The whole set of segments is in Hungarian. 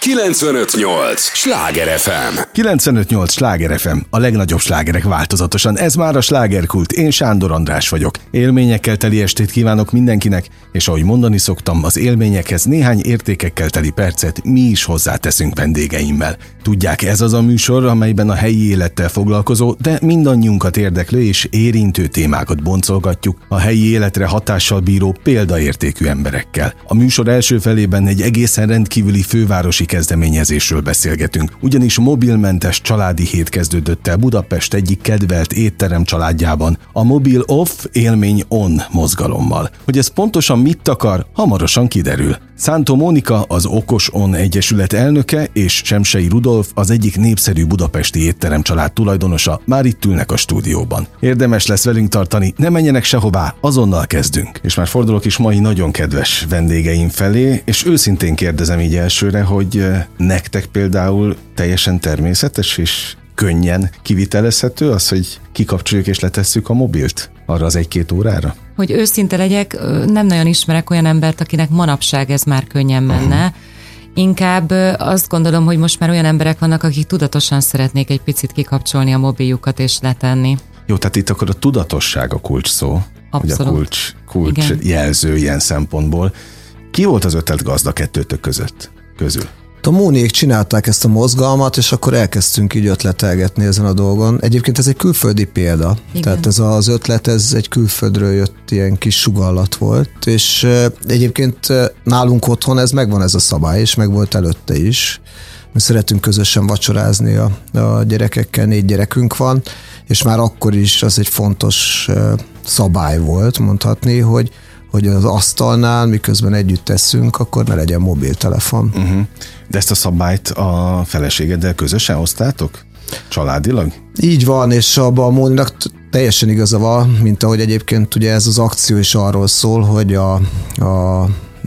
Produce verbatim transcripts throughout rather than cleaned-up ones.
kilencvenöt nyolc Sláger ef em. kilencvenöt nyolc Sláger ef em, a legnagyobb slágerek változatosan. Ez már a Slágerkult, én Sándor András vagyok. Élményekkel teli estét kívánok mindenkinek, és ahogy mondani szoktam, az élményekhez néhány értékekkel teli percet mi is hozzáteszünk vendégeimmel. Tudják, ez az a műsor, amelyben a helyi élettel foglalkozó, de mindannyiunkat érdeklő és érintő témákat boncolgatjuk a helyi életre hatással bíró példaértékű emberekkel. A műsor első felében egy egészen rendkívüli fővárosi kezdeményezésről beszélgetünk, ugyanis mobilmentes családi hét kezdődött el Budapest egyik kedvelt étterem családjában, a Mobil Off Élmény On mozgalommal. Hogy ez pontosan mit akar, hamarosan kiderül. Szántó Mónika, az Okos On Egyesület elnöke, és Semsei Rudolf, az egyik népszerű budapesti étterem család tulajdonosa már itt ülnek a stúdióban. Érdemes lesz velünk tartani, ne menjenek sehová, azonnal kezdünk. És már fordulok is mai nagyon kedves vendégeim felé, és őszintén kérdezem így elsőre, hogy nektek például teljesen természetes és könnyen kivitelezhető az, hogy kikapcsoljuk és letesszük a mobilt arra az egy-két órára? Hogy őszinte legyek, nem nagyon ismerek olyan embert, akinek manapság ez már könnyen menne. Uh-huh. Inkább azt gondolom, hogy most már olyan emberek vannak, akik tudatosan szeretnék egy picit kikapcsolni a mobiljukat és letenni. Jó, tehát itt akkor a tudatosság a kulcs szó. Abszolút. Vagy a kulcs, kulcs jelző ilyen szempontból. Ki volt az ötlet gazda kettőtök között, közül? A Móniék csinálták ezt a mozgalmat, és akkor elkezdtünk így ötletelgetni ezen a dolgon. Egyébként ez egy külföldi példa. Igen. Tehát ez az ötlet, ez egy külföldről jött ilyen kis sugallat volt, és egyébként nálunk otthon ez megvan ez a szabály, és meg volt előtte is. Mi szeretünk közösen vacsorázni a, a gyerekekkel, négy gyerekünk van, és már akkor is az egy fontos szabály volt, mondhatni, hogy hogy az asztalnál, miközben együtt teszünk, akkor ne legyen mobiltelefon. Uh-huh. De ezt a szabályt a feleségeddel közösen hoztátok? Családilag? Így van, és abban a Móninak teljesen igaza van, mint ahogy egyébként ugye ez az akció is arról szól, hogy a, a,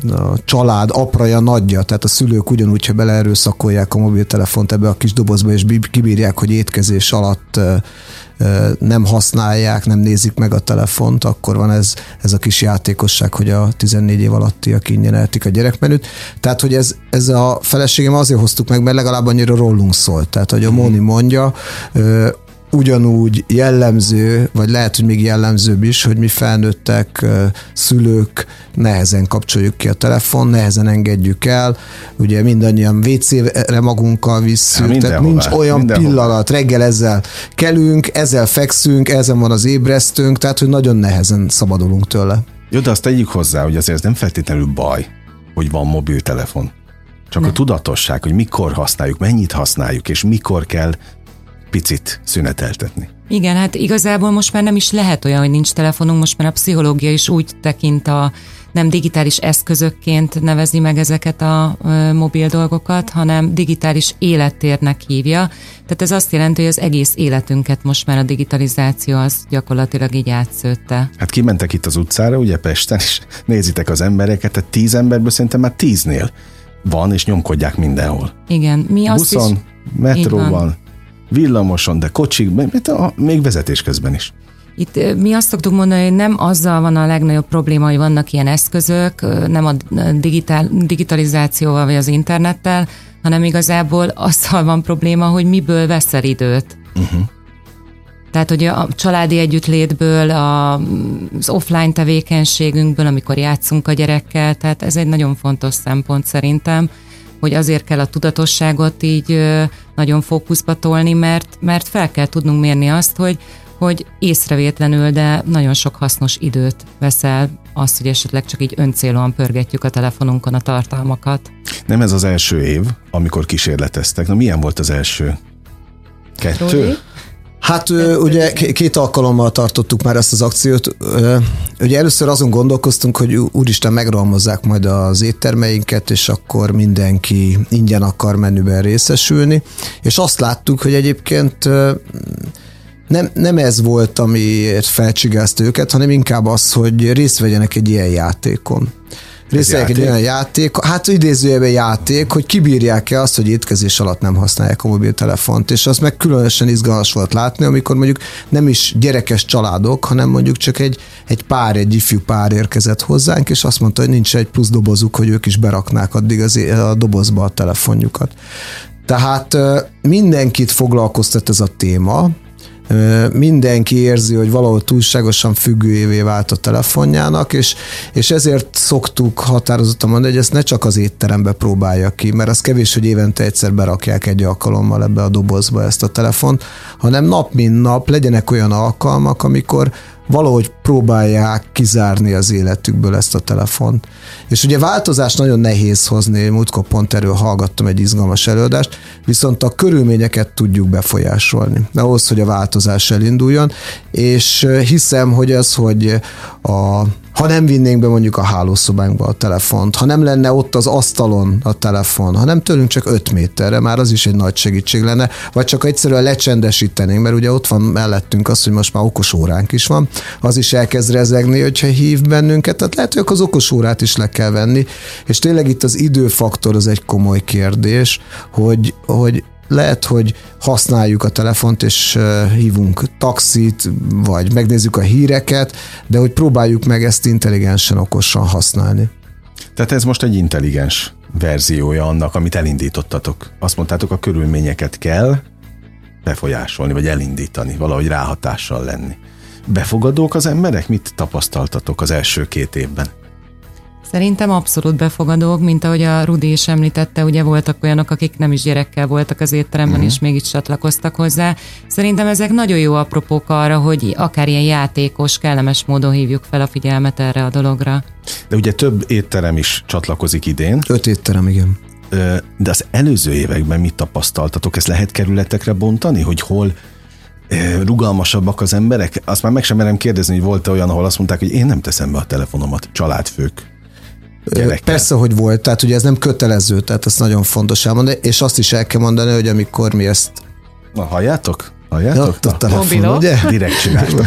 a család apraja, nagyja, tehát a szülők ugyanúgy, ha beleerőszakolják a mobiltelefont ebbe a kis dobozba, és kibírják, hogy étkezés alatt nem használják, nem nézik meg a telefont, akkor van ez, ez a kis játékosság, hogy a tizennégy év alattiak ingyen eltik a gyerekmenüt. Tehát, hogy ez, ez a feleségem azért hoztuk meg, mert legalább annyira rólunk szólt. Tehát, hogy a Móni mondja, ugyanúgy jellemző, vagy lehet, hogy még jellemzőbb is, hogy mi felnőttek, szülők nehezen kapcsoljuk ki a telefon, nehezen engedjük el, ugye mindannyian vécére magunkkal visszük, tehát nincs olyan mindenhová. Pillanat, reggel ezzel kelünk, ezzel fekszünk, ezen van az ébresztőnk, tehát hogy nagyon nehezen szabadulunk tőle. Jó, de azt tegyük hozzá, hogy azért ez nem feltétlenül baj, hogy van mobiltelefon. Csak nem. A tudatosság, hogy mikor használjuk, mennyit használjuk, és mikor kell picit szüneteltetni. Igen, hát igazából most már nem is lehet olyan, hogy nincs telefonunk, most már a pszichológia is úgy tekint a nem digitális eszközökként nevezi meg ezeket a ö, mobil dolgokat, hanem digitális élettérnek hívja. Tehát ez azt jelenti, hogy az egész életünket most már a digitalizáció az gyakorlatilag így átszőtte. Hát kimentek itt az utcára, ugye Pesten, és nézitek az embereket, tehát tíz emberből szerintem már tíznél van, és nyomkodják mindenhol. Igen. Mi azt buszon, is... metróban, villamoson, de kocsik, még vezetés közben is. Itt mi azt szoktuk mondani, hogy nem azzal van a legnagyobb probléma, hogy vannak ilyen eszközök, nem a digitál, digitalizációval vagy az internettel, hanem igazából azzal van probléma, hogy miből veszel időt. Uh-huh. Tehát, hogy a családi együttlétből, az offline tevékenységünkből, amikor játszunk a gyerekkel, tehát ez egy nagyon fontos szempont szerintem, hogy azért kell a tudatosságot így nagyon fókuszba tolni, mert, mert fel kell tudnunk mérni azt, hogy, hogy észrevétlenül, de nagyon sok hasznos időt veszel azt, hogy esetleg csak így öncélúan pörgetjük a telefonunkon a tartalmakat. Nem ez az első év, amikor kísérleteztek. Na milyen volt az első? Kettő? Róli? Hát ugye két alkalommal tartottuk már ezt az akciót. Ugye először azon gondolkoztunk, hogy úristen, megrohamozzák majd az éttermeinket, és akkor mindenki ingyen akar menüben részesülni. És azt láttuk, hogy egyébként nem, nem ez volt, amiért felcsigázta őket, hanem inkább az, hogy részt vegyenek egy ilyen játékon. részletek egy olyan játék, hát idézőjelben játék, hogy kibírják-e azt, hogy étkezés alatt nem használják a mobiltelefont, és az meg különösen izgalmas volt látni, amikor mondjuk nem is gyerekes családok, hanem mondjuk csak egy, egy pár, egy ifjú pár érkezett hozzánk, és azt mondta, hogy nincs egy plusz dobozuk, hogy ők is beraknák addig az, a dobozba a telefonjukat. Tehát mindenkit foglalkoztat ez a téma, mindenki érzi, hogy valahol túlságosan függőjévé vált a telefonjának, és, és ezért szoktuk határozottan mondani, hogy ezt ne csak az étterembe próbálja ki, mert az kevés, hogy évente egyszer berakják egy alkalommal ebbe a dobozba ezt a telefont, hanem nap mint nap legyenek olyan alkalmak, amikor valahogy próbálják kizárni az életükből ezt a telefont. És ugye változás nagyon nehéz hozni, múltkor pont erről hallgattam egy izgalmas előadást, viszont a körülményeket tudjuk befolyásolni, ahhoz, hogy a változás elinduljon, és hiszem, hogy az, hogy a ha nem vinnénk be mondjuk a hálószobánkba a telefont, ha nem lenne ott az asztalon a telefon, ha nem tőlünk csak öt méterre, már az is egy nagy segítség lenne, vagy csak egyszerűen lecsendesítenénk, mert ugye ott van mellettünk az, hogy most már okos óránk is van, az is elkezd rezegni, hogyha hív bennünket, tehát lehet, hogy az okos órát is le kell venni, és tényleg itt az időfaktor az egy komoly kérdés, hogy, hogy lehet, hogy használjuk a telefont, és hívunk taxit, vagy megnézzük a híreket, de hogy próbáljuk meg ezt intelligensen, okosan használni. Tehát ez most egy intelligens verziója annak, amit elindítottatok. Azt mondtátok, a körülményeket kell befolyásolni, vagy elindítani, valahogy ráhatással lenni. Befogadók az emberek? Mit tapasztaltatok az első két évben? Szerintem abszolút befogadók, mint ahogy a Rudi is említette, ugye voltak olyanok, akik nem is gyerekkel voltak az étteremben, uh-huh. és mégis csatlakoztak hozzá. Szerintem ezek nagyon jó apropók arra, hogy akár ilyen játékos, kellemes módon hívjuk fel a figyelmet erre a dologra. De ugye több étterem is csatlakozik idén. Öt étterem, igen. De az előző években mit tapasztaltatok? Ezt lehet kerületekre bontani, hogy hol rugalmasabbak az emberek? Azt már meg sem merem kérdezni, hogy volt-e olyan, ahol azt mondták, hogy én nem teszem be a telefonomat, családfők. Gyerekkel. Persze, hogy volt, tehát ugye ez nem kötelező, tehát ez nagyon fontos elmondani, és azt is el kell mondani, hogy amikor mi ezt... Na, halljátok? Halljátok? Ja, a telefon, ugye? Direkt csináltok.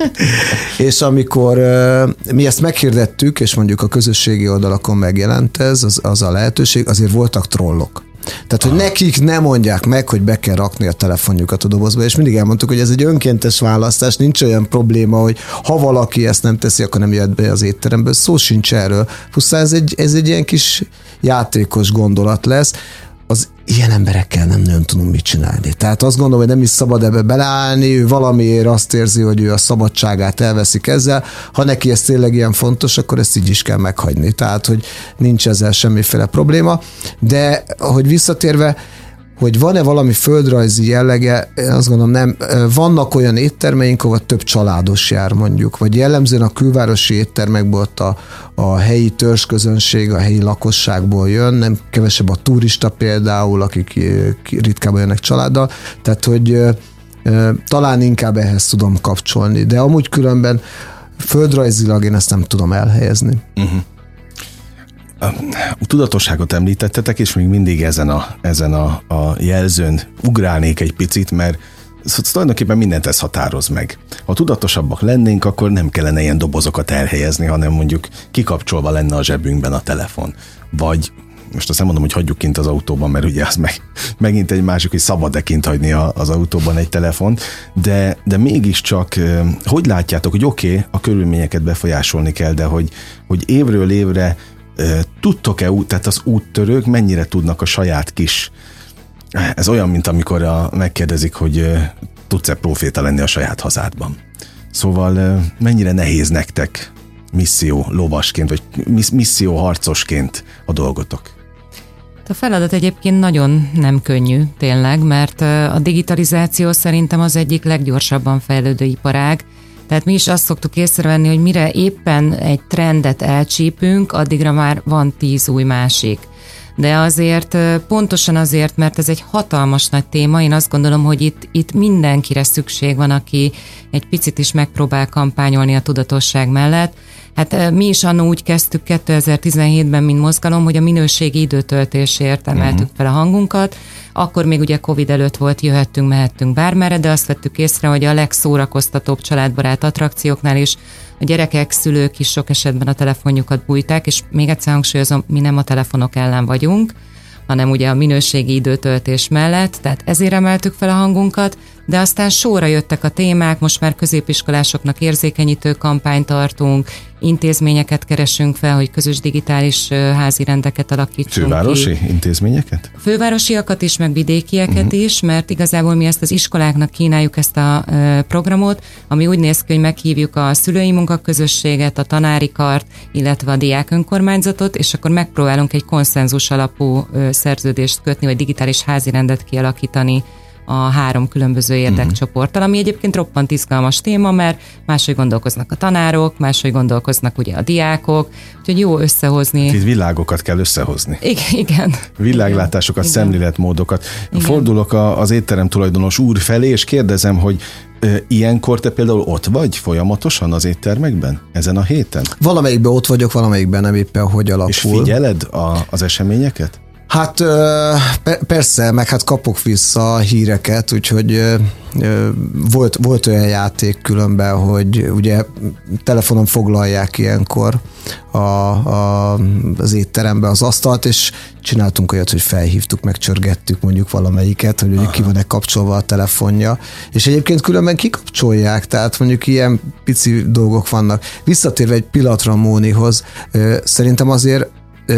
És amikor uh, mi ezt meghirdettük, és mondjuk a közösségi oldalakon megjelent ez, az, az a lehetőség, azért voltak trollok. Tehát, hogy nekik nem mondják meg, hogy be kell rakni a telefonjukat a dobozba, és mindig elmondtuk, hogy ez egy önkéntes választás, nincs olyan probléma, hogy ha valaki ezt nem teszi, akkor nem jöhet be az étteremből, szó sincs erről. Pusztán ez egy, ez egy ilyen kis játékos gondolat lesz. Az ilyen emberekkel nem nagyon tudunk mit csinálni. Tehát azt gondolom, hogy nem is szabad ebbe beleállni, ő valamiért azt érzi, hogy ő a szabadságát elveszik ezzel. Ha neki ez tényleg ilyen fontos, akkor ezt így is kell meghagyni. Tehát, hogy nincs ezzel semmiféle probléma. De, hogy visszatérve, hogy van-e valami földrajzi jellege, azt gondolom nem. Vannak olyan éttermeink, ahol több családos jár mondjuk, vagy jellemzően a külvárosi éttermekből ott a, a helyi törzsközönség, a helyi lakosságból jön, nem kevesebb a turista például, akik ritkábban jönnek családdal, tehát hogy talán inkább ehhez tudom kapcsolni, de amúgy különben földrajzilag én ezt nem tudom elhelyezni. Uh-huh. A tudatosságot említettetek, és még mindig ezen a, ezen a, a jelzőn ugrálnék egy picit, mert tulajdonképpen mindent ez határoz meg. Ha tudatosabbak lennénk, akkor nem kellene ilyen dobozokat elhelyezni, hanem mondjuk kikapcsolva lenne a zsebünkben a telefon. Vagy most azt nem mondom, hogy hagyjuk kint az autóban, mert ugye az meg, megint egy másik, hogy szabad-e kint hagyni a, az autóban egy telefont, de, de mégiscsak hogy látjátok, hogy oké, okay, a körülményeket befolyásolni kell, de hogy, hogy évről évre tudtok-e, tehát az úttörők mennyire tudnak a saját kis, ez olyan, mint amikor a, megkérdezik, hogy tudsz-e próféta lenni a saját hazádban. Szóval mennyire nehéz nektek misszió lovasként, vagy misszió harcosként a dolgotok? A feladat egyébként nagyon nem könnyű, tényleg, mert a digitalizáció szerintem az egyik leggyorsabban fejlődő iparág. Tehát mi is azt szoktuk észrevenni, hogy mire éppen egy trendet elcsípünk, addigra már van tíz új másik. De azért, pontosan azért, mert ez egy hatalmas nagy téma, én azt gondolom, hogy itt, itt mindenkire szükség van, aki egy picit is megpróbál kampányolni a tudatosság mellett. Hát mi is annó úgy kezdtük kétezer-tizenhétben, mint mozgalom, hogy a minőségi időtöltésért emeltük uh-huh. fel a hangunkat. Akkor még ugye Covid előtt volt, jöhettünk, mehettünk bármerre, de azt vettük észre, hogy a legszórakoztatóbb családbarát attrakcióknál is a gyerekek, szülők is sok esetben a telefonjukat bújták, és még egyszer hangsúlyozom, mi nem a telefonok ellen vagyunk, hanem ugye a minőségi időtöltés mellett, tehát ezért emeltük fel a hangunkat, de aztán sorra jöttek a témák, most már középiskolásoknak érzékenyítő kampányt tartunk, intézményeket keresünk fel, hogy közös digitális házi rendeket alakítsunk Fővárosi ki. intézményeket? Fővárosiakat is, meg vidékieket uh-huh. is, mert igazából mi ezt az iskoláknak kínáljuk ezt a programot, ami úgy néz ki, hogy meghívjuk a szülői munkaközösséget, a tanári kart, illetve a diák önkormányzatot, és akkor megpróbálunk egy konszenzus alapú szerződést kötni, vagy digitális házi rendet kialakítani a három különböző érdekcsoporttal, ami egyébként roppant izgalmas téma, mert máshogy gondolkoznak a tanárok, máshogy gondolkoznak ugye a diákok, úgyhogy jó összehozni. Itt világokat kell összehozni. I- igen. Világlátásokat, igen. Szemléletmódokat. Igen. Fordulok a, az étterem tulajdonos úr felé, és kérdezem, hogy ö, ilyenkor te például ott vagy folyamatosan az éttermekben ezen a héten? Valamelyikben ott vagyok, valamelyikben nem, éppen hogy alakul. És figyeled a, az eseményeket? Hát persze, meg hát kapok vissza híreket, úgyhogy volt, volt olyan játék különben, hogy ugye telefonon foglalják ilyenkor a, a, az étterembe az asztalt, és csináltunk olyat, hogy felhívtuk, megcsörgettük mondjuk valamelyiket, hogy ugye ki van-e kapcsolva a telefonja, és egyébként különben kikapcsolják, tehát mondjuk ilyen pici dolgok vannak. Visszatérve egy pillanatra Mónihoz, szerintem azért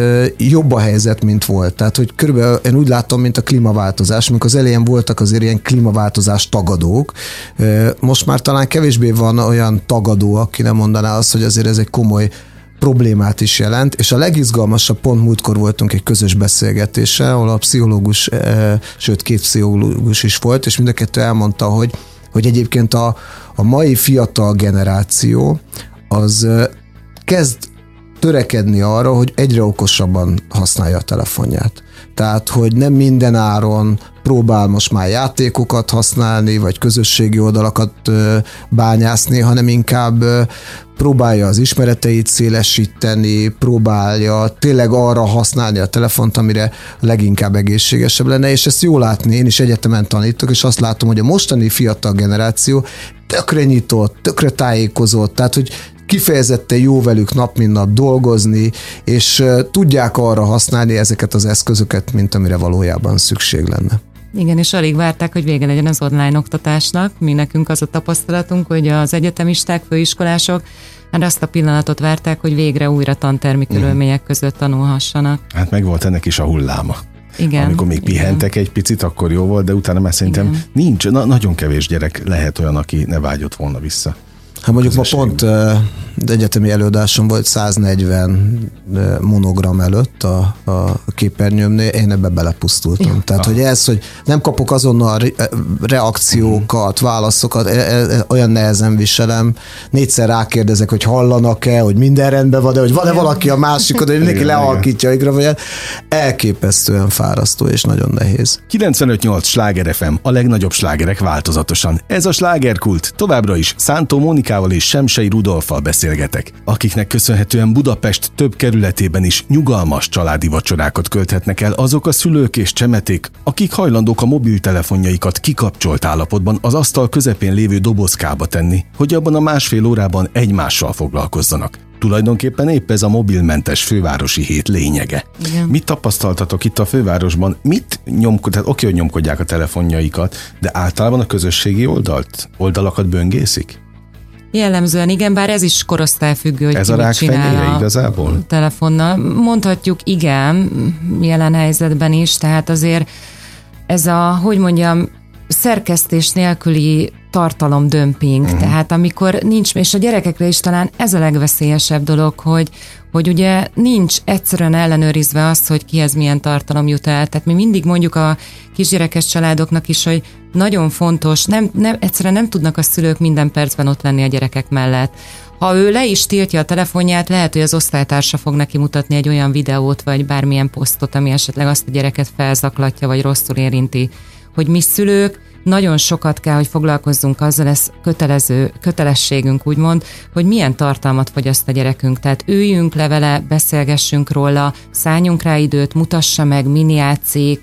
jobb a helyzet, mint volt. Tehát, hogy körülbelül én úgy látom, mint a klímaváltozás, amikor az elején voltak azért ilyen klímaváltozás tagadók. Most már talán kevésbé van olyan tagadó, aki nem mondaná azt, hogy azért ez egy komoly problémát is jelent, és a legizgalmasabb pont múltkor voltunk egy közös beszélgetésen, ahol a pszichológus, sőt két pszichológus is volt, és mind a kettő elmondta, hogy, hogy egyébként a, a mai fiatal generáció az kezd törekedni arra, hogy egyre okosabban használja a telefonját. Tehát, hogy nem minden áron próbál most már játékokat használni, vagy közösségi oldalakat bányászni, hanem inkább próbálja az ismereteit szélesíteni, próbálja tényleg arra használni a telefont, amire leginkább egészségesebb lenne, és ezt jól látni, én is egyetemen tanítok, és azt látom, hogy a mostani fiatal generáció tökre nyitott, tökre tájékozott, tehát, hogy kifejezetten jó velük nap mint nap dolgozni, és tudják arra használni ezeket az eszközöket, mint amire valójában szükség lenne. Igen, és alig várták, hogy vége legyen az online oktatásnak. Mi nekünk az a tapasztalatunk, hogy az egyetemisták, főiskolások hát azt a pillanatot várták, hogy végre újra tantermi körülmények között tanulhassanak. Hát meg volt ennek is a hulláma. Igen, amikor még igen. pihentek egy picit, akkor jó volt, de utána már szerintem igen. nincs, na, nagyon kevés gyerek lehet olyan, aki ne vágyott volna vissza. Hát mondjuk ma pont uh, egyetemi előadásom volt száznegyven monogram előtt a, a képernyőmnél, én ebbe belepusztultam. Ja. Tehát, ah. hogy ez, hogy nem kapok azonnal re- reakciókat, válaszokat, e- e- olyan nehezen viselem. Négyszer rákérdezek, hogy hallanak-e, hogy minden rendben van, de hogy van-e valaki a másikon, hogy mindenki lehalkítja a vagy elképesztően fárasztó és nagyon nehéz. kilencvenöt nyolc Sláger ef em, a legnagyobb slágerek változatosan. Ez a slágerkult. Továbbra is Szántó Mónikával és Semsei Rudolffal beszélgetek, akiknek köszönhetően Budapest több kerületében is nyugalmas családi vacsorákat költhetnek el azok a szülők és csemeték, akik hajlandók a mobiltelefonjaikat kikapcsolt állapotban az asztal közepén lévő dobozkába tenni, hogy abban a másfél órában egymással foglalkozzanak. Tulajdonképpen épp ez a mobilmentes fővárosi hét lényege. Igen. Mit tapasztaltatok itt a fővárosban? Mit nyomkod, tehát oké, hogy nyomkodják a telefonjaikat, de általában a közösségi oldalt, oldalakat böngészik? Jellemzően igen, bár ez is korosztályfüggő, hogy ez ki a mit csinál a igazából? telefonnal. Mondhatjuk igen, jelen helyzetben is, tehát azért ez a, hogy mondjam, szerkesztés nélküli tartalomdömping, uh-huh. tehát amikor nincs, és a gyerekekre is talán ez a legveszélyesebb dolog, hogy, hogy ugye nincs egyszerűen ellenőrizve az, hogy kihez milyen tartalom jut el. Tehát mi mindig mondjuk a kisgyerekes családoknak is, hogy nagyon fontos, nem, nem, egyszerűen nem tudnak a szülők minden percben ott lenni a gyerekek mellett. Ha ő le is tiltja a telefonját, lehet, hogy az osztálytársa fog neki mutatni egy olyan videót, vagy bármilyen posztot, ami esetleg azt a gyereket felzaklatja, vagy rosszul érinti, hogy mi szülők nagyon sokat kell, hogy foglalkozzunk azzal, ez kötelező, kötelességünk úgymond, hogy milyen tartalmat fogyaszt a gyerekünk. Tehát üljünk le vele, beszélgessünk róla, szálljunk rá időt, mutassa meg, min játszik,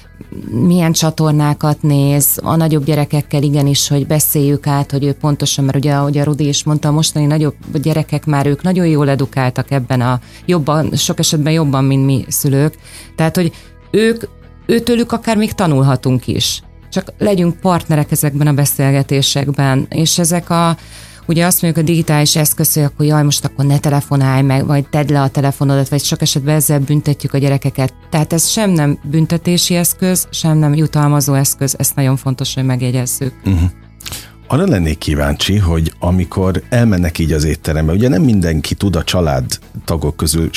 milyen csatornákat néz, a nagyobb gyerekekkel igenis, hogy beszéljük át, hogy ő pontosan, mert ugye, ahogy a Rudi is mondta, a mostani nagyobb gyerekek már ők nagyon jól edukáltak ebben a jobban, sok esetben jobban, mint mi szülők. Tehát, hogy ők, őtőlük akár még tanulhatunk is. Csak legyünk partnerek ezekben a beszélgetésekben, és ezek a ugye azt mondjuk a digitális eszköz, hogy akkor jaj, most akkor ne telefonálj meg, vagy tedd le a telefonodat, vagy sok esetben ezzel büntetjük a gyerekeket. Tehát ez sem nem büntetési eszköz, sem nem jutalmazó eszköz, ezt nagyon fontos, hogy megjegyezzük. Uh-huh. Arra lennék kíváncsi, hogy amikor elmennek így az étterembe, ugye nem mindenki tud a családtagok közül,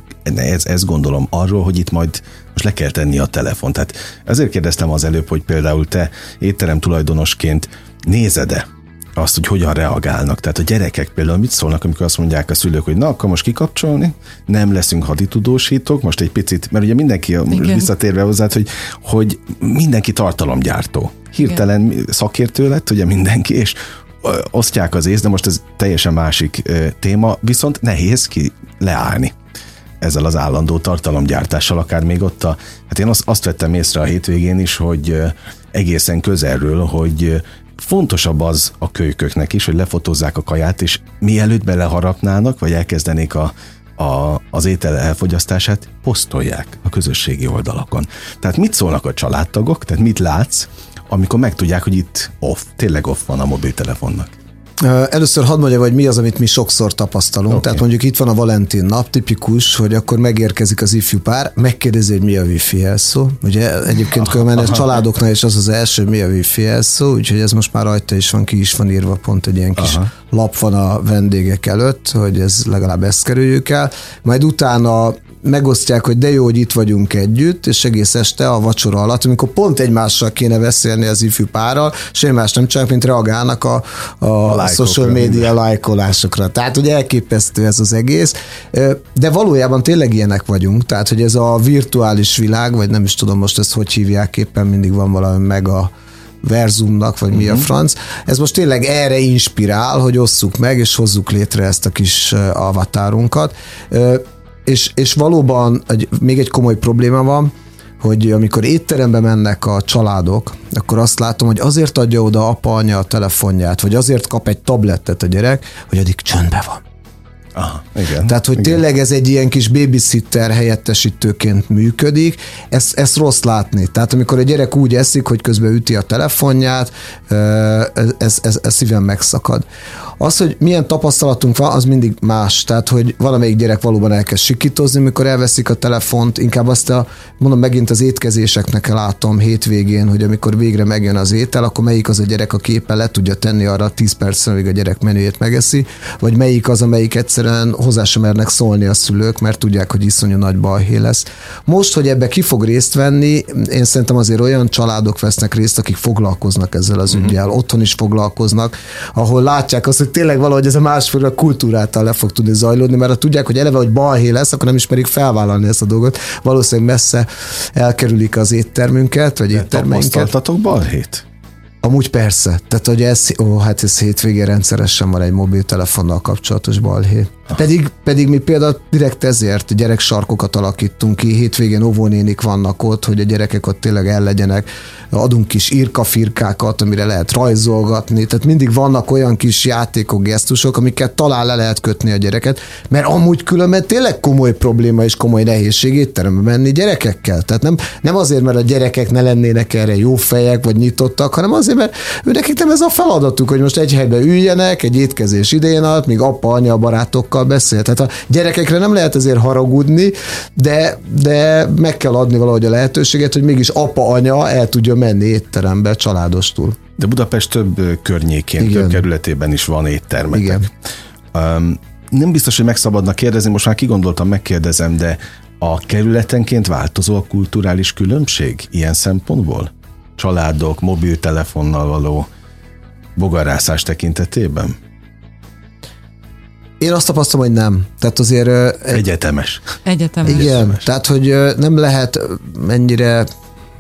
ez, ezt gondolom arról, hogy itt majd most le kell tenni a telefont. Tehát ezért kérdeztem az előbb, hogy például te étterem tulajdonosként nézed-e azt, hogy hogyan reagálnak. Tehát a gyerekek például mit szólnak, amikor azt mondják a szülők, hogy na, akkor most kikapcsolni, nem leszünk haditudósítók, most egy picit, mert ugye mindenki Igen. visszatérve hozzád, hogy, hogy mindenki tartalomgyártó. Hirtelen Igen. szakértő lett, ugye mindenki, és osztják az észt, de most ez teljesen másik téma, viszont nehéz ki leállni ezzel az állandó tartalomgyártással, akár még ott a, hát én azt, azt vettem észre a hétvégén is, hogy egészen közelről, hogy fontosabb az a kölyköknek is, hogy lefotózzák a kaját, és mielőtt beleharapnának, vagy elkezdenék a, a, az étel elfogyasztását, posztolják a közösségi oldalakon. Tehát mit szólnak a családtagok, tehát mit látsz, amikor megtudják, hogy itt off, tényleg off van a mobiltelefonnak? Először hadd mondjam, hogy mi az, amit mi sokszor tapasztalunk. Okay. Tehát mondjuk itt van a Valentin nap, tipikus, hogy akkor megérkezik az ifjú pár, megkérdezi, hogy mi a wifi jelszó. Ugye egyébként különben a családoknál is az az első, mi a wifi jelszó, úgyhogy ez most már rajta is van, ki is van írva, pont egy ilyen kis Aha. lap van a vendégek előtt, hogy ez legalább ezt kerüljük el. Majd utána megosztják, hogy de jó, hogy itt vagyunk együtt, és egész este a vacsora alatt, amikor pont egymással kéne beszélni az ifjú párral, semmi más nem csak, mint reagálnak a, a, a social media lájkolásokra. Tehát, hogy elképesztő ez az egész, de valójában tényleg ilyenek vagyunk, tehát, hogy ez a virtuális világ, vagy nem is tudom most ezt hogy hívják, éppen mindig van valami meg a verzumnak, vagy mi uh-huh. a franc. Ez most tényleg erre inspirál, hogy osszuk meg, és hozzuk létre ezt a kis avatárunkat. És, és valóban egy, még egy komoly probléma van, hogy amikor étterembe mennek a családok, akkor azt látom, hogy azért adja oda apa, anya a telefonját, vagy azért kap egy tablettet a gyerek, hogy addig csöndben van. Aha, igen, Tehát, hogy igen. tényleg ez egy ilyen kis babysitter helyettesítőként működik, ezt, ezt rossz látni. Tehát amikor a gyerek úgy eszik, hogy közben üti a telefonját, ez, ez, ez szíven megszakad. Az, hogy milyen tapasztalatunk van, az mindig más. Tehát, hogy valamelyik gyerek valóban elkezd sikítozni, amikor elveszik a telefont, inkább azt a, mondom, megint az étkezéseknek látom hétvégén, hogy amikor végre megjön az étel, akkor melyik az a gyerek, aki éppen le tudja tenni arra tíz percen, amíg a gyerek menüjét megeszi, vagy melyik az, amelyik egyszerűen hozzá sem mernek szólni a szülők, mert tudják, hogy iszonyú nagy balhé lesz. Most, hogy ebbe ki fog részt venni, én szerintem azért olyan családok vesznek részt, akik foglalkoznak ezzel az mm-hmm. ügyel, otthon is foglalkoznak, ahol látják azt, hogy tényleg valahogy ez a másfajta kultúrától le fog tudni zajlódni, mert ha tudják, hogy eleve, hogy balhé lesz, akkor nem ismerik felvállalni ezt a dolgot. Valószínűleg messze elkerülik az éttermünket, vagy éttermeinket. Tapasztaltatok balhét? Amúgy persze. Tehát, hogy ez, ó, hát ez hétvégén rendszeresen van egy mobiltelefonnal kapcsolatos balhé. Pedig, pedig mi például direkt ezért gyereksarkokat alakítunk ki, hétvégén óvónénik vannak ott, hogy a gyerekek ott tényleg el legyenek, adunk kis irkafirkákat, amire lehet rajzolgatni, tehát mindig vannak olyan kis játékok, gesztusok, amiket talán le lehet kötni a gyereket, mert amúgy különben tényleg komoly probléma és komoly nehézség étterembe menni gyerekekkel. Tehát nem, nem azért, mert a gyerekek ne lennének erre jó fejek, vagy nyitottak, hanem azért, mert őnekik nem ez a feladatuk, hogy most egy helyben üljenek egy étkezés idején alatt, míg apa, anya, barátokkal beszél. Tehát a gyerekekre nem lehet ezért haragudni, de, de meg kell adni valahogy a lehetőséget, hogy mégis apa, anya el tudja menni étterembe családostul. De Budapest több környékén, Igen. több kerületében is van éttermetek. Igen. Um, nem biztos, hogy meg szabadna kérdezni, most már kigondoltam, megkérdezem, de a kerületenként változó a kulturális különbség ilyen szempontból? Családok, mobiltelefonnal való bogarászás tekintetében? Én azt tapasztalom, hogy nem. Tehát azért... Egyetemes. Egyetemes. Igen, Egyetemes. Tehát, hogy nem lehet ennyire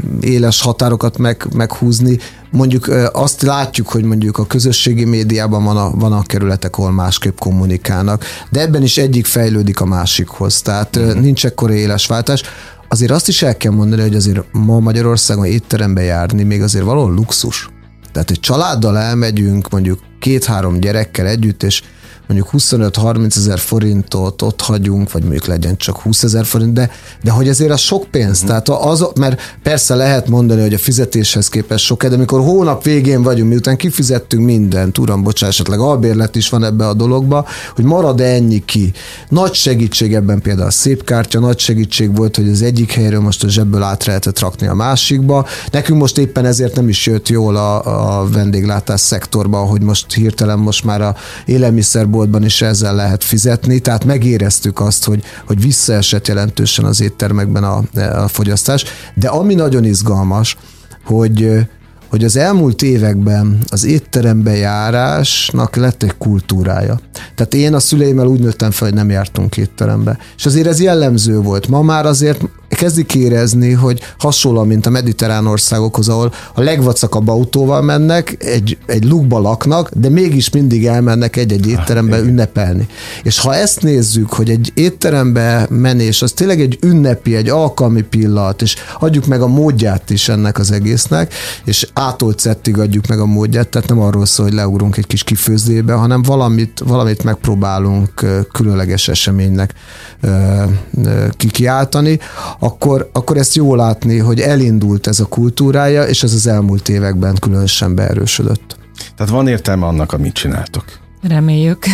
éles határokat meg, meghúzni. Mondjuk azt látjuk, hogy mondjuk a közösségi médiában van a, van a kerületek, ahol másképp kommunikálnak, de ebben is egyik fejlődik a másikhoz, tehát mm. nincs ekkora éles váltás. Azért azt is el kell mondani, hogy azért ma Magyarországon étterembe járni még azért valahol luxus. Tehát egy családdal elmegyünk mondjuk két-három gyerekkel együtt, és mondjuk huszonöt-harminc ezer forintot ott hagyunk, vagy mondjuk legyen csak húszezer forint, de, de hogy azért az sok pénz. Uh-huh. Tehát az, mert persze lehet mondani, hogy a fizetéshez képest sok, de amikor hónap végén vagyunk, miután kifizettünk mindent, uram, bocsánat, esetleg albérlet is van ebbe a dologba, hogy marad-e ennyi ki. Nagy segítség ebben például a szépkártya, nagy segítség volt, hogy az egyik helyről most a zsebből át lehetett rakni a másikba. Nekünk most éppen ezért nem is jött jól a, a vendéglátás szektorban, hogy most hirtelen most már a élelmiszer boltban is ezzel lehet fizetni, tehát megéreztük azt, hogy, hogy visszaesett jelentősen az éttermekben a, a fogyasztás, de ami nagyon izgalmas, hogy, hogy az elmúlt években az étterembe járásnak lett egy kultúrája. Tehát én a szüleimmel úgy nőttem fel, hogy nem jártunk étterembe. És azért ez jellemző volt. Ma már azért kezdik érezni, hogy hasonlóan, mint a mediterrán országokhoz, ahol a legvacakabb autóval mennek, egy, egy lukba laknak, de mégis mindig elmennek egy-egy étterembe ah, ünnepelni. És ha ezt nézzük, hogy egy étterembe menés, az tényleg egy ünnepi, egy alkalmi pillanat, és adjuk meg a módját is ennek az egésznek, és ától cettig adjuk meg a módját, tehát nem arról szól, hogy leugrunk egy kis kifőzdébe, hanem valamit, valamit megpróbálunk különleges eseménynek kikiáltani, Akkor, akkor ezt jó látni, hogy elindult ez a kultúrája, és ez az elmúlt években különösen beerősödött. Tehát van értelme annak, amit csináltok. Reméljük.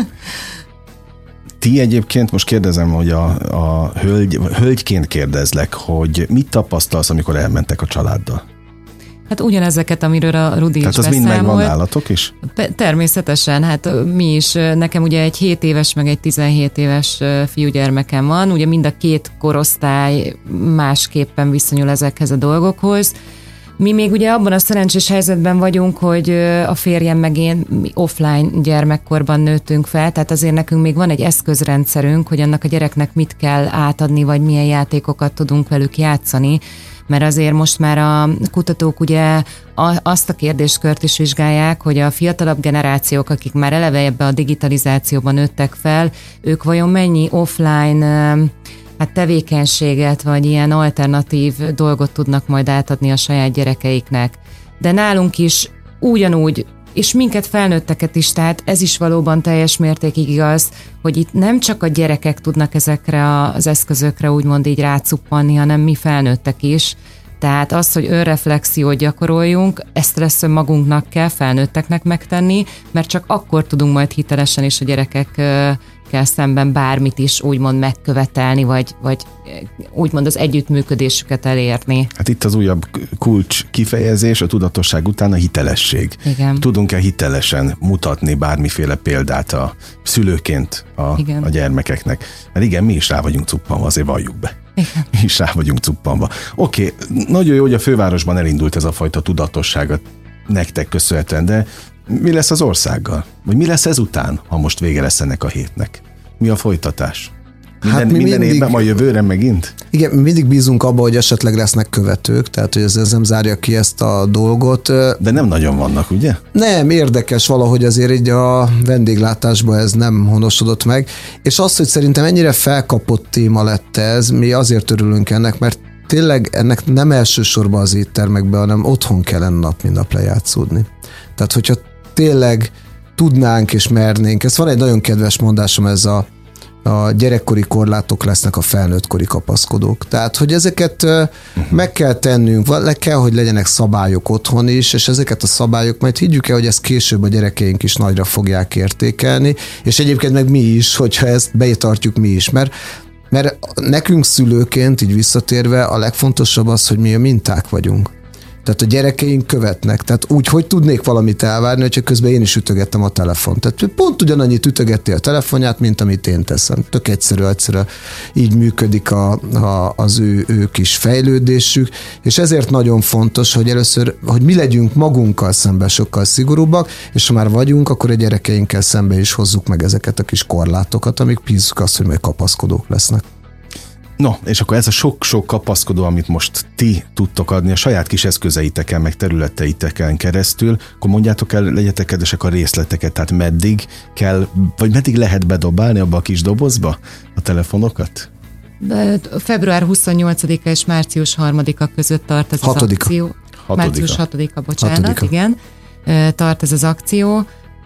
Ti egyébként, most kérdezem, hogy a, a hölgy, hölgyként kérdezlek, hogy mit tapasztalsz, amikor elmentek a családdal? Hát ugyanezeket, amiről a Rudi Tehát is beszámolt. Tehát az mind megvan nálatok is? Természetesen, hát mi is, nekem ugye egy hét éves, meg egy tizenhét éves fiúgyermekem van, ugye mind a két korosztály másképpen viszonyul ezekhez a dolgokhoz. Mi még ugye abban a szerencsés helyzetben vagyunk, hogy a férjem meg én offline gyermekkorban nőttünk fel, tehát azért nekünk még van egy eszközrendszerünk, hogy annak a gyereknek mit kell átadni, vagy milyen játékokat tudunk velük játszani, mert azért most már a kutatók ugye azt a kérdéskört is vizsgálják, hogy a fiatalabb generációk, akik már eleve ebbe a digitalizációban nőttek fel, ők vajon mennyi offline hát tevékenységet, vagy ilyen alternatív dolgot tudnak majd átadni a saját gyerekeiknek. De nálunk is ugyanúgy, és minket felnőtteket is, tehát ez is valóban teljes mértékig igaz, hogy itt nem csak a gyerekek tudnak ezekre az eszközökre úgymond így rácuppanni, hanem mi felnőttek is. Tehát az, hogy önreflexiót gyakoroljunk, ezt először magunknak kell, felnőtteknek megtenni, mert csak akkor tudunk majd hitelesen is a gyerekekkel szemben bármit is úgymond megkövetelni, vagy, vagy úgymond az együttműködésüket elérni. Hát itt az újabb kulcs kifejezés, a tudatosság után a hitelesség. Igen. Tudunk-e hitelesen mutatni bármiféle példát a szülőként a, a gyermekeknek? Mert igen, mi is rá vagyunk cuppanva, azért valljuk be. Igen. Mi is rá vagyunk cuppanva. Oké, okay, nagyon jó, hogy a fővárosban elindult ez a fajta tudatosság nektek köszönhetően, de mi lesz az országgal? Vagy mi lesz ezután, ha most vége lesz ennek a hétnek? Mi a folytatás? Minden, hát mi minden mindig, évben, majd jövőre megint? Igen, mi mindig bízunk abba, hogy esetleg lesznek követők, tehát hogy ez, ez nem zárja ki ezt a dolgot. De nem nagyon vannak, ugye? Nem, érdekes valahogy azért így a vendéglátásban ez nem honosodott meg, és az, hogy szerintem ennyire felkapott téma lett ez, mi azért örülünk ennek, mert tényleg ennek nem elsősorban az éttermekben, hanem otthon kellene nap mint nap lejátszódni. Tehát, hogyha tényleg tudnánk és mernénk, ez van egy nagyon kedves mondásom, ez a a gyerekkori korlátok lesznek a felnőttkori kapaszkodók. Tehát, hogy ezeket uh-huh. meg kell tennünk, le kell, hogy legyenek szabályok otthon is, és ezeket a szabályok, majd higgyük el, hogy ezt később a gyerekeink is nagyra fogják értékelni, és egyébként meg mi is, hogyha ezt betartjuk mi is, mert mert nekünk szülőként, így visszatérve, a legfontosabb az, hogy mi a minták vagyunk. Tehát a gyerekeink követnek. Tehát úgy, hogy tudnék valamit elvárni, hogyha közben én is ütögettem a telefont. Tehát pont ugyanannyit ütögettél a telefonját, mint amit én teszem. Tök egyszerű, egyszerű. Így működik a, a, az ő, ő kis fejlődésük, és ezért nagyon fontos, hogy először, hogy mi legyünk magunkkal szemben sokkal szigorúbbak, és ha már vagyunk, akkor a gyerekeinkkel szembe is hozzuk meg ezeket a kis korlátokat, amik bízzuk azt, hogy majd kapaszkodók lesznek. No, és akkor ez a sok-sok kapaszkodó, amit most ti tudtok adni a saját kis eszközeiteken, meg területeiteken keresztül, akkor mondjátok el, legyetek kedvesek a részleteket, tehát meddig kell, vagy meddig lehet bedobálni abba a kis dobozba a telefonokat? február huszonnyolcadika és március harmadika között tart ez hatodika. az akció. Hatodika. Március hatodika, bocsánat, hatodika. igen. Tart ez az akció.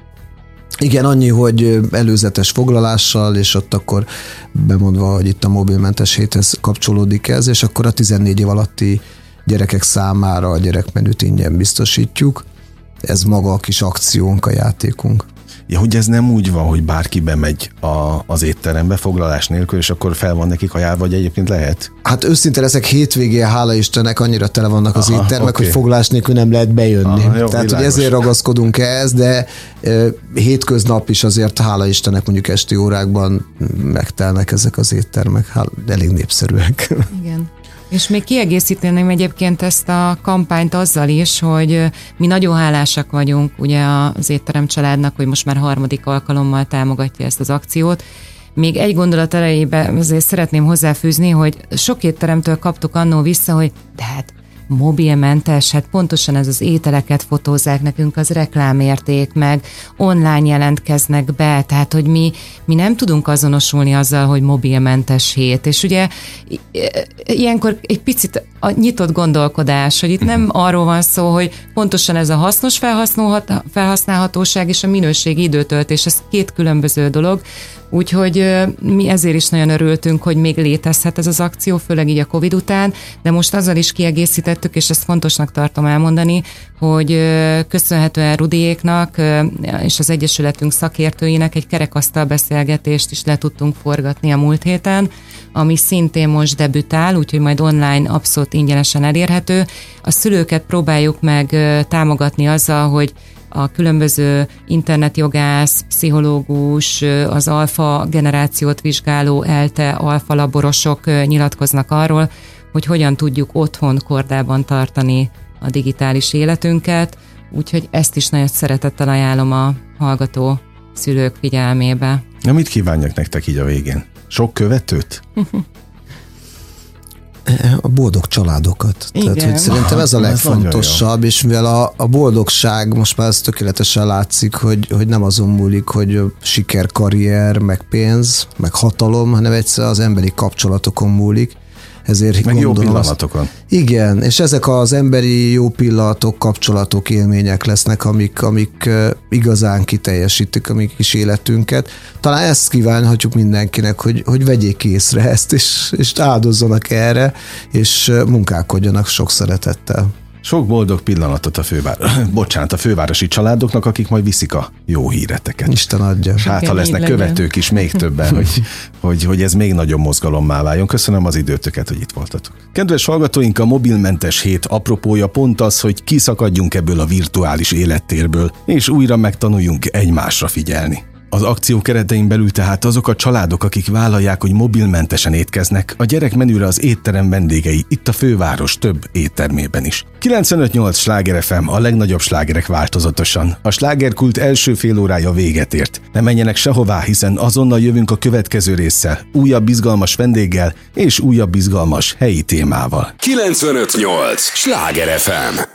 Igen, annyi, hogy előzetes foglalással, és ott akkor bemondva, hogy itt a mobilmentes héthez kapcsolódik ez, és akkor a tizennégy év alatti gyerekek számára a gyerekmenüt ingyen biztosítjuk. Ez maga a kis akciónk, a játékunk. Ja, hogy ez nem úgy van, hogy bárki bemegy a, az étterembe foglalás nélkül, és akkor fel van nekik ajánlva, vagy egyébként lehet? Hát őszintén ezek hétvégén, hála Istennek, annyira tele vannak az Aha, éttermek, okay. hogy foglalás nélkül nem lehet bejönni. Aha, jó, Tehát, hogy ezért ragaszkodunk ehhez, de e, hétköznap is azért, hála Istennek, mondjuk esti órákban megtelnek ezek az éttermek, hát elég népszerűek. Igen. És még kiegészíteném egyébként ezt a kampányt azzal is, hogy mi nagyon hálásak vagyunk ugye az étterem családnak, hogy most már harmadik alkalommal támogatja ezt az akciót. Még egy gondolat elejébe azért szeretném hozzáfűzni, hogy sok étteremtől kaptuk annó vissza, hogy de hát mobilmentes, hát pontosan ez az ételeket fotózzák nekünk, az reklámérték, meg online jelentkeznek be, tehát hogy mi, mi nem tudunk azonosulni azzal, hogy mobilmentes hét, és ugye ilyenkor egy picit a nyitott gondolkodás, hogy itt nem arról van szó, hogy pontosan ez a hasznos felhasználhatóság és a minőségi időtöltés, ez két különböző dolog, úgyhogy mi ezért is nagyon örültünk, hogy még létezhet ez az akció, főleg így a Covid után, de most azzal is kiegészítettük, és ezt fontosnak tartom elmondani, hogy köszönhetően Rudiéknak és az Egyesületünk szakértőinek egy kerekasztal beszélgetést is le tudtunk forgatni a múlt héten, ami szintén most debütál, úgyhogy majd online abszolút ingyenesen elérhető. A szülőket próbáljuk meg támogatni azzal, hogy a különböző internetjogász, pszichológus, az alfa generációt vizsgáló ELTE alfa laborosok nyilatkoznak arról, hogy hogyan tudjuk otthon kordában tartani a digitális életünket, úgyhogy ezt is nagyon szeretettel ajánlom a hallgató szülők figyelmébe. Na, mit kívánjak nektek így a végén? Sok követőt? A boldog családokat. Igen. Tehát, hogy szerintem ez a Aha, legfontosabb, és mivel a, a boldogság most már ez tökéletesen látszik, hogy, hogy nem azon múlik, hogy siker, karrier, meg pénz, meg hatalom, hanem egyszer az emberi kapcsolatokon múlik. Ezért meg jó gondolom pillanatokon. Azt, igen, és ezek az emberi jó pillanatok, kapcsolatok, élmények lesznek, amik, amik igazán kiteljesítik a mi kis életünket. Talán ezt kívánhatjuk mindenkinek, hogy, hogy vegyék észre ezt, és, és áldozzanak erre, és munkálkodjanak sok szeretettel. Sok boldog pillanatot a főváros, bocsánat, a fővárosi családoknak, akik majd viszik a jó híreteket. Isten adja. Hát, ha Igen, lesznek így követők legyen. is még többen, hogy, hogy, hogy ez még nagyobb mozgalommá váljon. Köszönöm az időtöket, hogy itt voltatok. Kedves hallgatóink, a mobilmentes hét apropója pont az, hogy kiszakadjunk ebből a virtuális élettérből, és újra megtanuljunk egymásra figyelni. Az akció keretein belül tehát azok a családok, akik vállalják, hogy mobilmentesen étkeznek, a gyerekmenüre az étterem vendégei itt a főváros több éttermében is. kilencvenöt nyolc Sláger ef em, a legnagyobb slágerek változatosan. A slágerkult első fél órája véget ért. Ne menjenek sehová, hiszen azonnal jövünk a következő résszel, újabb izgalmas vendéggel és újabb izgalmas helyi témával. kilencvenöt nyolc Sláger ef em